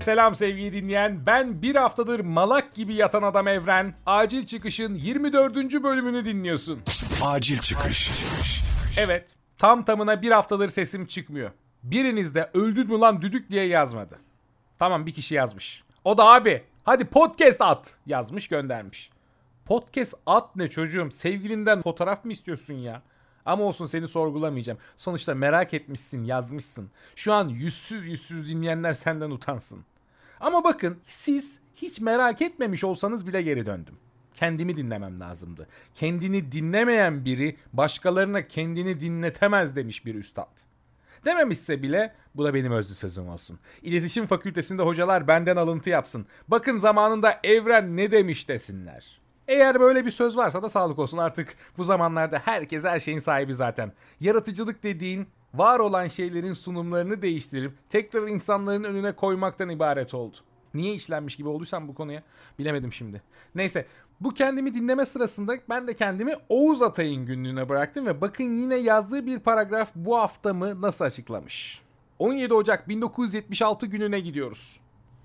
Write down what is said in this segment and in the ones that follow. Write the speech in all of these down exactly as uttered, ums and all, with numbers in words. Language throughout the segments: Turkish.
Selam sevgili dinleyen, ben bir haftadır malak gibi yatan adam Evren. Acil Çıkış'ın yirmi dördüncü bölümünü dinliyorsun. Acil Çıkış. Evet, tam tamına bir haftadır sesim çıkmıyor. Biriniz de öldün mü lan düdük diye yazmadı. Tamam, bir kişi yazmış. O da abi hadi podcast at yazmış, göndermiş. Podcast at ne çocuğum, sevgilinden fotoğraf mı istiyorsun ya? Ama olsun, seni sorgulamayacağım. Sonuçta merak etmişsin, yazmışsın. Şu an yüzsüz yüzsüz dinleyenler senden utansın. Ama bakın, siz hiç merak etmemiş olsanız bile geri döndüm. Kendimi dinlemem lazımdı. Kendini dinlemeyen biri başkalarına kendini dinletemez demiş bir üstad. Dememişse bile bu da benim özlü sözüm olsun. İletişim Fakültesinde hocalar benden alıntı yapsın. Bakın zamanında Evren ne demiş desinler. Eğer böyle bir söz varsa da sağlık olsun, artık bu zamanlarda herkes her şeyin sahibi zaten. Yaratıcılık dediğin var olan şeylerin sunumlarını değiştirip tekrar insanların önüne koymaktan ibaret oldu. Niye işlenmiş gibi olduysam bu konuya bilemedim şimdi. Neyse, bu kendimi dinleme sırasında ben de kendimi Oğuz Atay'ın günlüğüne bıraktım ve bakın yine yazdığı bir paragraf bu haftamı nasıl açıklamış. on yedi Ocak bin dokuz yüz yetmiş altı gününe gidiyoruz.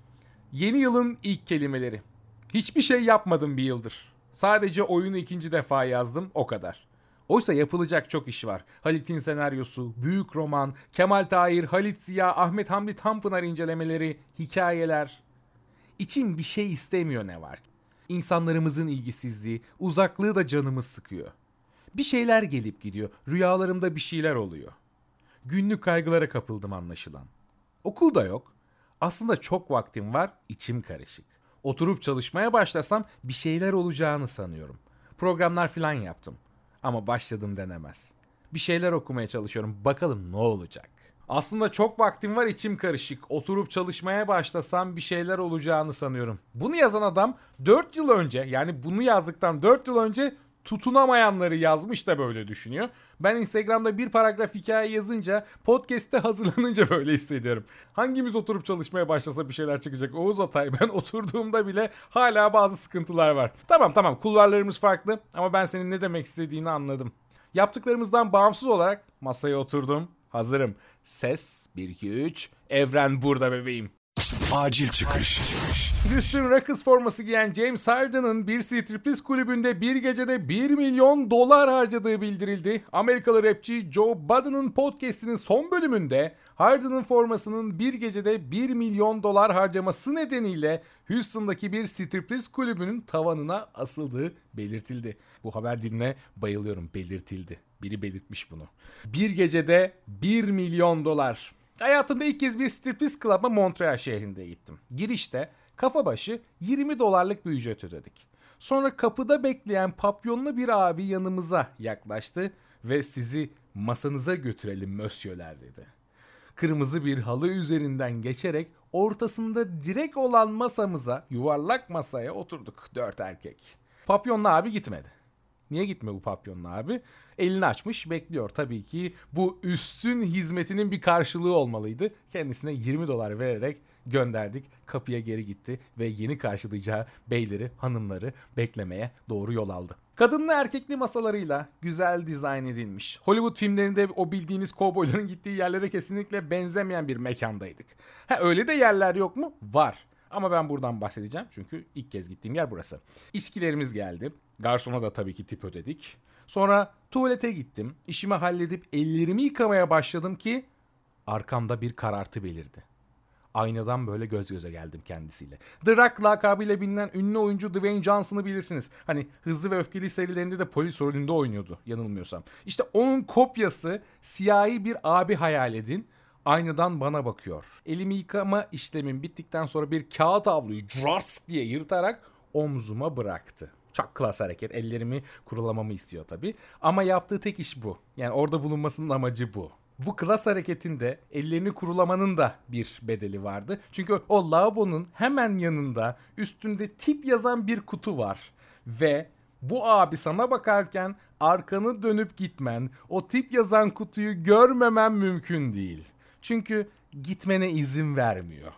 Yeni yılın ilk kelimeleri. Hiçbir şey yapmadım bir yıldır. Sadece oyunu ikinci defa yazdım, o kadar. Oysa yapılacak çok iş var. Halit'in senaryosu, büyük roman, Kemal Tahir, Halit Ziya, Ahmet Hamdi Tanpınar incelemeleri, hikayeler. İçim bir şey istemiyor ne var. İnsanlarımızın ilgisizliği, uzaklığı da canımı sıkıyor. Bir şeyler gelip gidiyor, rüyalarımda bir şeyler oluyor. Günlük kaygılara kapıldım anlaşılan. Okul da yok. Aslında çok vaktim var, içim karışık. Oturup çalışmaya başlasam bir şeyler olacağını sanıyorum. Programlar filan yaptım. Ama başladım denemez. Bir şeyler okumaya çalışıyorum. Bakalım ne olacak? Aslında çok vaktim var, içim karışık. Oturup çalışmaya başlasam bir şeyler olacağını sanıyorum. Bunu yazan adam dört yıl önce, yani bunu yazdıktan dört yıl önce tutunamayanları yazmış da böyle düşünüyor. Ben Instagram'da bir paragraf hikaye yazınca, podcast'te hazırlanınca böyle hissediyorum. Hangimiz oturup çalışmaya başlasa bir şeyler çıkacak? Oğuz Atay, ben oturduğumda bile hala bazı sıkıntılar var. Tamam tamam, kulvarlarımız farklı ama ben senin ne demek istediğini anladım. Yaptıklarımızdan bağımsız olarak masaya oturdum. Hazırım. Ses bir iki üç. Evren burada bebeğim. Acil Çıkış. Houston Rockets forması giyen James Harden'ın bir striptiz kulübünde bir gecede bir milyon dolar harcadığı bildirildi. Amerikalı rapçi Joe Budden'ın podcast'inin son bölümünde Harden'ın formasının bir gecede bir milyon dolar harcaması nedeniyle Houston'daki bir striptiz kulübünün tavanına asıldığı belirtildi. Bu haber diline bayılıyorum, belirtildi. Biri belirtmiş bunu. Bir gecede bir milyon dolar. Hayatımda ilk kez bir striptiz club'a Montreal şehrinde gittim. Girişte kafa başı yirmi dolarlık bir ücret ödedik. Sonra kapıda bekleyen papyonlu bir abi yanımıza yaklaştı ve sizi masanıza götürelim mösyöler dedi. Kırmızı bir halı üzerinden geçerek ortasında direk olan masamıza, yuvarlak masaya oturduk dört erkek. Papyonlu abi gitmedi. Niye gitmiyor bu papyonlu abi? Elini açmış bekliyor. Tabii ki bu üstün hizmetinin bir karşılığı olmalıydı. Kendisine yirmi dolar vererek gönderdik. Kapıya geri gitti ve yeni karşılayacağı beyleri, hanımları beklemeye doğru yol aldı. Kadınlı erkekli masalarıyla güzel dizayn edilmiş. Hollywood filmlerinde o bildiğiniz kovboyların gittiği yerlere kesinlikle benzemeyen bir mekandaydık. Ha, öyle de yerler yok mu? Var. Ama ben buradan bahsedeceğim çünkü ilk kez gittiğim yer burası. İçkilerimiz geldi. Garsona da tabii ki tip ödedik. Sonra tuvalete gittim. İşimi halledip ellerimi yıkamaya başladım ki arkamda bir karartı belirdi. Aynadan böyle göz göze geldim kendisiyle. The Rock lakabıyla bilinen ünlü oyuncu Dwayne Johnson'ı bilirsiniz. Hani Hızlı ve Öfkeli serilerinde de polis rolünde oynuyordu yanılmıyorsam. İşte onun kopyası, siyahi bir abi hayal edin. Aynadan bana bakıyor. Elimi yıkama işlemim bittikten sonra bir kağıt havluyu cras diye yırtarak omzuma bıraktı. Çok klas hareket. Ellerimi kurulamamı istiyor tabii. Ama yaptığı tek iş bu. Yani orada bulunmasının amacı bu. Bu klas hareketinde ellerini kurulamanın da bir bedeli vardı. Çünkü o lavabonun hemen yanında üstünde tip yazan bir kutu var. Ve bu abi sana bakarken arkanı dönüp gitmen, o tip yazan kutuyu görmemen mümkün değil. Çünkü gitmene izin vermiyor.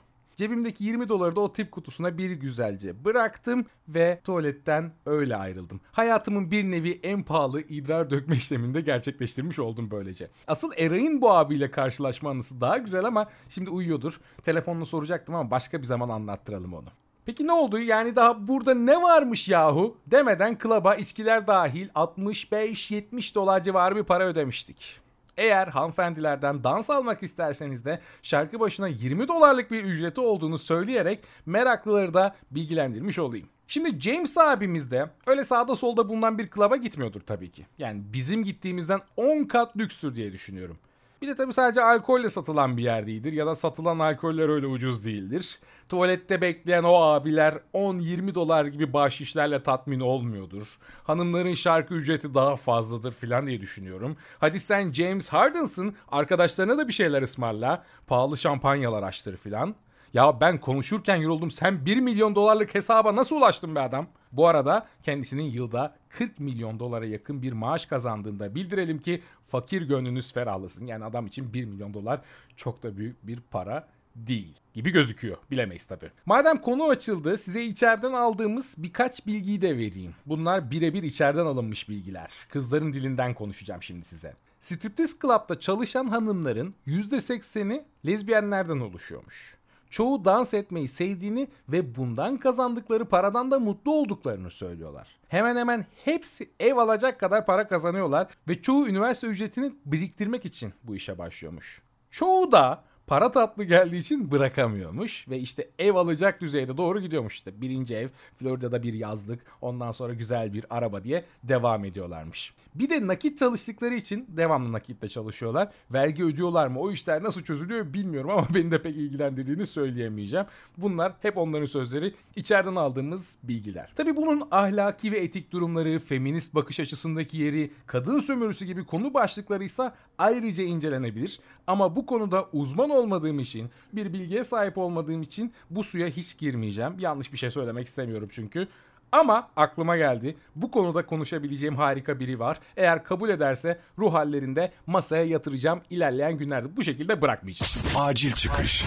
Cebimdeki yirmi doları da o tip kutusuna bir güzelce bıraktım ve tuvaletten öyle ayrıldım. Hayatımın bir nevi en pahalı idrar dökme işlemini de gerçekleştirmiş oldum böylece. Asıl Eray'ın bu abiyle karşılaşma anısı daha güzel ama şimdi uyuyordur. Telefonla soracaktım ama başka bir zaman anlattıralım onu. Peki ne oldu? Yani daha burada ne varmış yahu? Demeden klaba içkiler dahil altmış beş yetmiş dolar civarı bir para ödemiştik. Eğer hanımefendilerden dans almak isterseniz de şarkı başına yirmi dolarlık bir ücreti olduğunu söyleyerek meraklıları da bilgilendirmiş olayım. Şimdi James abimiz de öyle sağda solda bulunan bir klaba gitmiyordur tabii ki. Yani bizim gittiğimizden on kat lükstür diye düşünüyorum. Bir de tabii sadece alkolle satılan bir yer değildir ya da satılan alkoller öyle ucuz değildir. Tuvalette bekleyen o abiler on yirmi dolar gibi bahşişlerle tatmin olmuyordur. Hanımların şarkı ücreti daha fazladır filan diye düşünüyorum. Hadi sen James Harden'sın, arkadaşlarına da bir şeyler ısmarla. Pahalı şampanyalar açtır filan. Ya ben konuşurken yoruldum, sen bir milyon dolarlık hesaba nasıl ulaştın be adam? Bu arada kendisinin yılda kırk milyon dolara yakın bir maaş kazandığında bildirelim ki fakir gönlünüz ferahlasın. Yani adam için bir milyon dolar çok da büyük bir para değil gibi gözüküyor. Bilemeyiz tabii. Madem konu açıldı, size içeriden aldığımız birkaç bilgiyi de vereyim. Bunlar birebir içeriden alınmış bilgiler. Kızların dilinden konuşacağım şimdi size. Striptease Club'da çalışan hanımların yüzde sekseni lezbiyenlerden oluşuyormuş. Çoğu dans etmeyi sevdiğini ve bundan kazandıkları paradan da mutlu olduklarını söylüyorlar. Hemen hemen hepsi ev alacak kadar para kazanıyorlar ve çoğu üniversite ücretini biriktirmek için bu işe başlıyormuş. Çoğu da para tatlı geldiği için bırakamıyormuş ve işte ev alacak düzeyde doğru gidiyormuş işte. Birinci ev, Florida'da bir yazlık, ondan sonra güzel bir araba diye devam ediyorlarmış. Bir de nakit çalıştıkları için devamlı nakitle çalışıyorlar. Vergi ödüyorlar mı? O işler nasıl çözülüyor bilmiyorum ama beni de pek ilgilendirdiğini söyleyemeyeceğim. Bunlar hep onların sözleri, içeriden aldığımız bilgiler. Tabii bunun ahlaki ve etik durumları, feminist bakış açısındaki yeri, kadın sömürüsü gibi konu başlıkları ise ayrıca incelenebilir. Ama bu konuda uzman olmadığım için, bir bilgiye sahip olmadığım için bu suya hiç girmeyeceğim. Yanlış bir şey söylemek istemiyorum çünkü. Ama aklıma geldi. Bu konuda konuşabileceğim harika biri var. Eğer kabul ederse ruh hallerinde masaya yatıracağım. İlerleyen günlerde bu şekilde bırakmayacağım. Acil çıkış.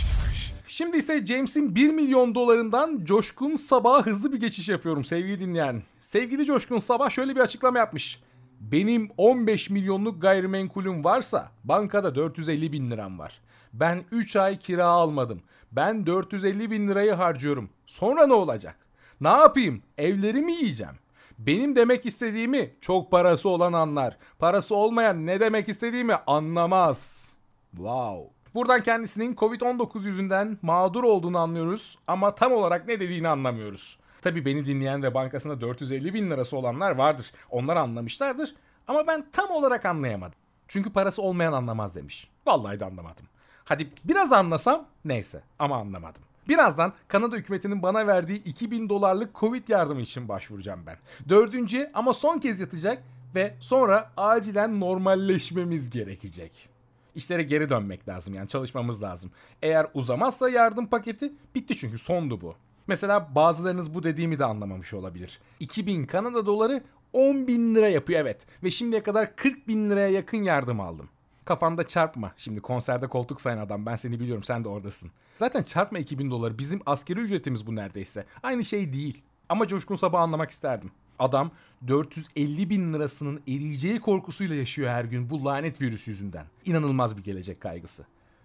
Şimdi ise James'in bir milyon dolarından Coşkun Sabah'a hızlı bir geçiş yapıyorum sevgili dinleyen. Sevgili Coşkun Sabah şöyle bir açıklama yapmış. Benim on beş milyonluk gayrimenkulüm varsa bankada dört yüz elli bin liram var. Ben üç ay kira almadım. Ben dört yüz elli bin lirayı harcıyorum. Sonra ne olacak? Ne yapayım? Evleri mi yiyeceğim? Benim demek istediğimi çok parası olan anlar. Parası olmayan ne demek istediğimi anlamaz. Wow. Buradan kendisinin kovid on dokuz yüzünden mağdur olduğunu anlıyoruz ama tam olarak ne dediğini anlamıyoruz. Tabii beni dinleyen ve bankasında dört yüz elli bin lirası olanlar vardır. Onlar anlamışlardır ama ben tam olarak anlayamadım. Çünkü parası olmayan anlamaz demiş. Vallahi de anlamadım. Hadi biraz anlasam neyse ama anlamadım. Birazdan Kanada hükümetinin bana verdiği iki bin dolarlık Covid yardımı için başvuracağım ben. Dördüncü ama son kez yatacak ve sonra acilen normalleşmemiz gerekecek. İşlere geri dönmek lazım, yani çalışmamız lazım. Eğer uzamazsa yardım paketi bitti, çünkü sondu bu. Mesela bazılarınız bu dediğimi de anlamamış olabilir. iki bin Kanada doları on bin lira yapıyor, evet. Ve şimdiye kadar kırk bin liraya yakın yardım aldım. Kafanda çarpma. Şimdi konserde koltuk sayan adam, ben seni biliyorum, sen de oradasın. Zaten çarpma iki bin doları, bizim askeri ücretimiz bu neredeyse. Aynı şey değil. Ama Coşkun Sabah'ı anlamak isterdim. Adam dört yüz elli bin lirasının eriyeceği korkusuyla yaşıyor her gün bu lanet virüs yüzünden. İnanılmaz bir gelecek kaygısı.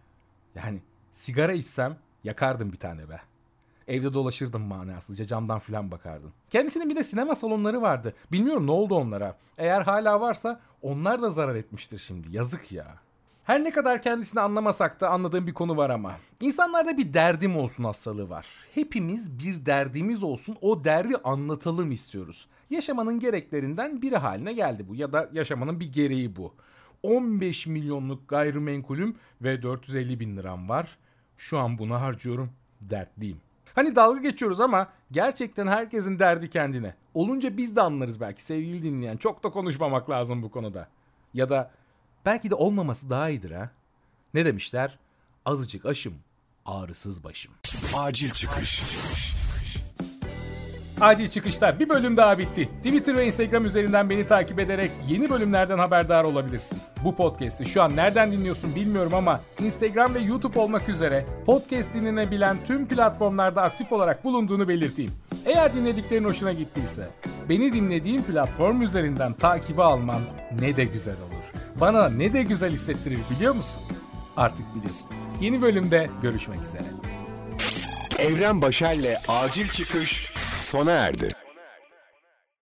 Yani sigara içsem yakardım bir tane be. Evde dolaşırdım manasızca, camdan filan bakardım. Kendisinin bir de sinema salonları vardı. Bilmiyorum ne oldu onlara. Eğer hala varsa onlar da zarar etmiştir şimdi. Yazık ya. Her ne kadar kendisini anlamasak da anladığım bir konu var ama. İnsanlarda bir derdim olsun hastalığı var. Hepimiz bir derdimiz olsun, o derdi anlatalım istiyoruz. Yaşamanın gereklerinden biri haline geldi bu, ya da yaşamanın bir gereği bu. on beş milyonluk gayrimenkulüm ve dört yüz elli bin liram var. Şu an bunu harcıyorum, dertliyim. Hani dalga geçiyoruz ama gerçekten herkesin derdi kendine. Olunca biz de anlarız belki sevgili dinleyen. Çok da konuşmamak lazım bu konuda. Ya da belki de olmaması daha iyidir ha. Ne demişler? Azıcık aşım, ağrısız başım. Acil çıkış. Acil Çıkışlar bir bölüm daha bitti. Twitter ve Instagram üzerinden beni takip ederek yeni bölümlerden haberdar olabilirsin. Bu podcast'i şu an nereden dinliyorsun bilmiyorum ama Instagram ve YouTube olmak üzere podcast dinlenebilen tüm platformlarda aktif olarak bulunduğunu belirteyim. Eğer dinlediklerin hoşuna gittiyse beni dinlediğin platform üzerinden takibi alman ne de güzel olur. Bana ne de güzel hissettirir biliyor musun? Artık biliyorsun. Yeni bölümde görüşmek üzere. Evren Başer'le Acil Çıkış sona erdi.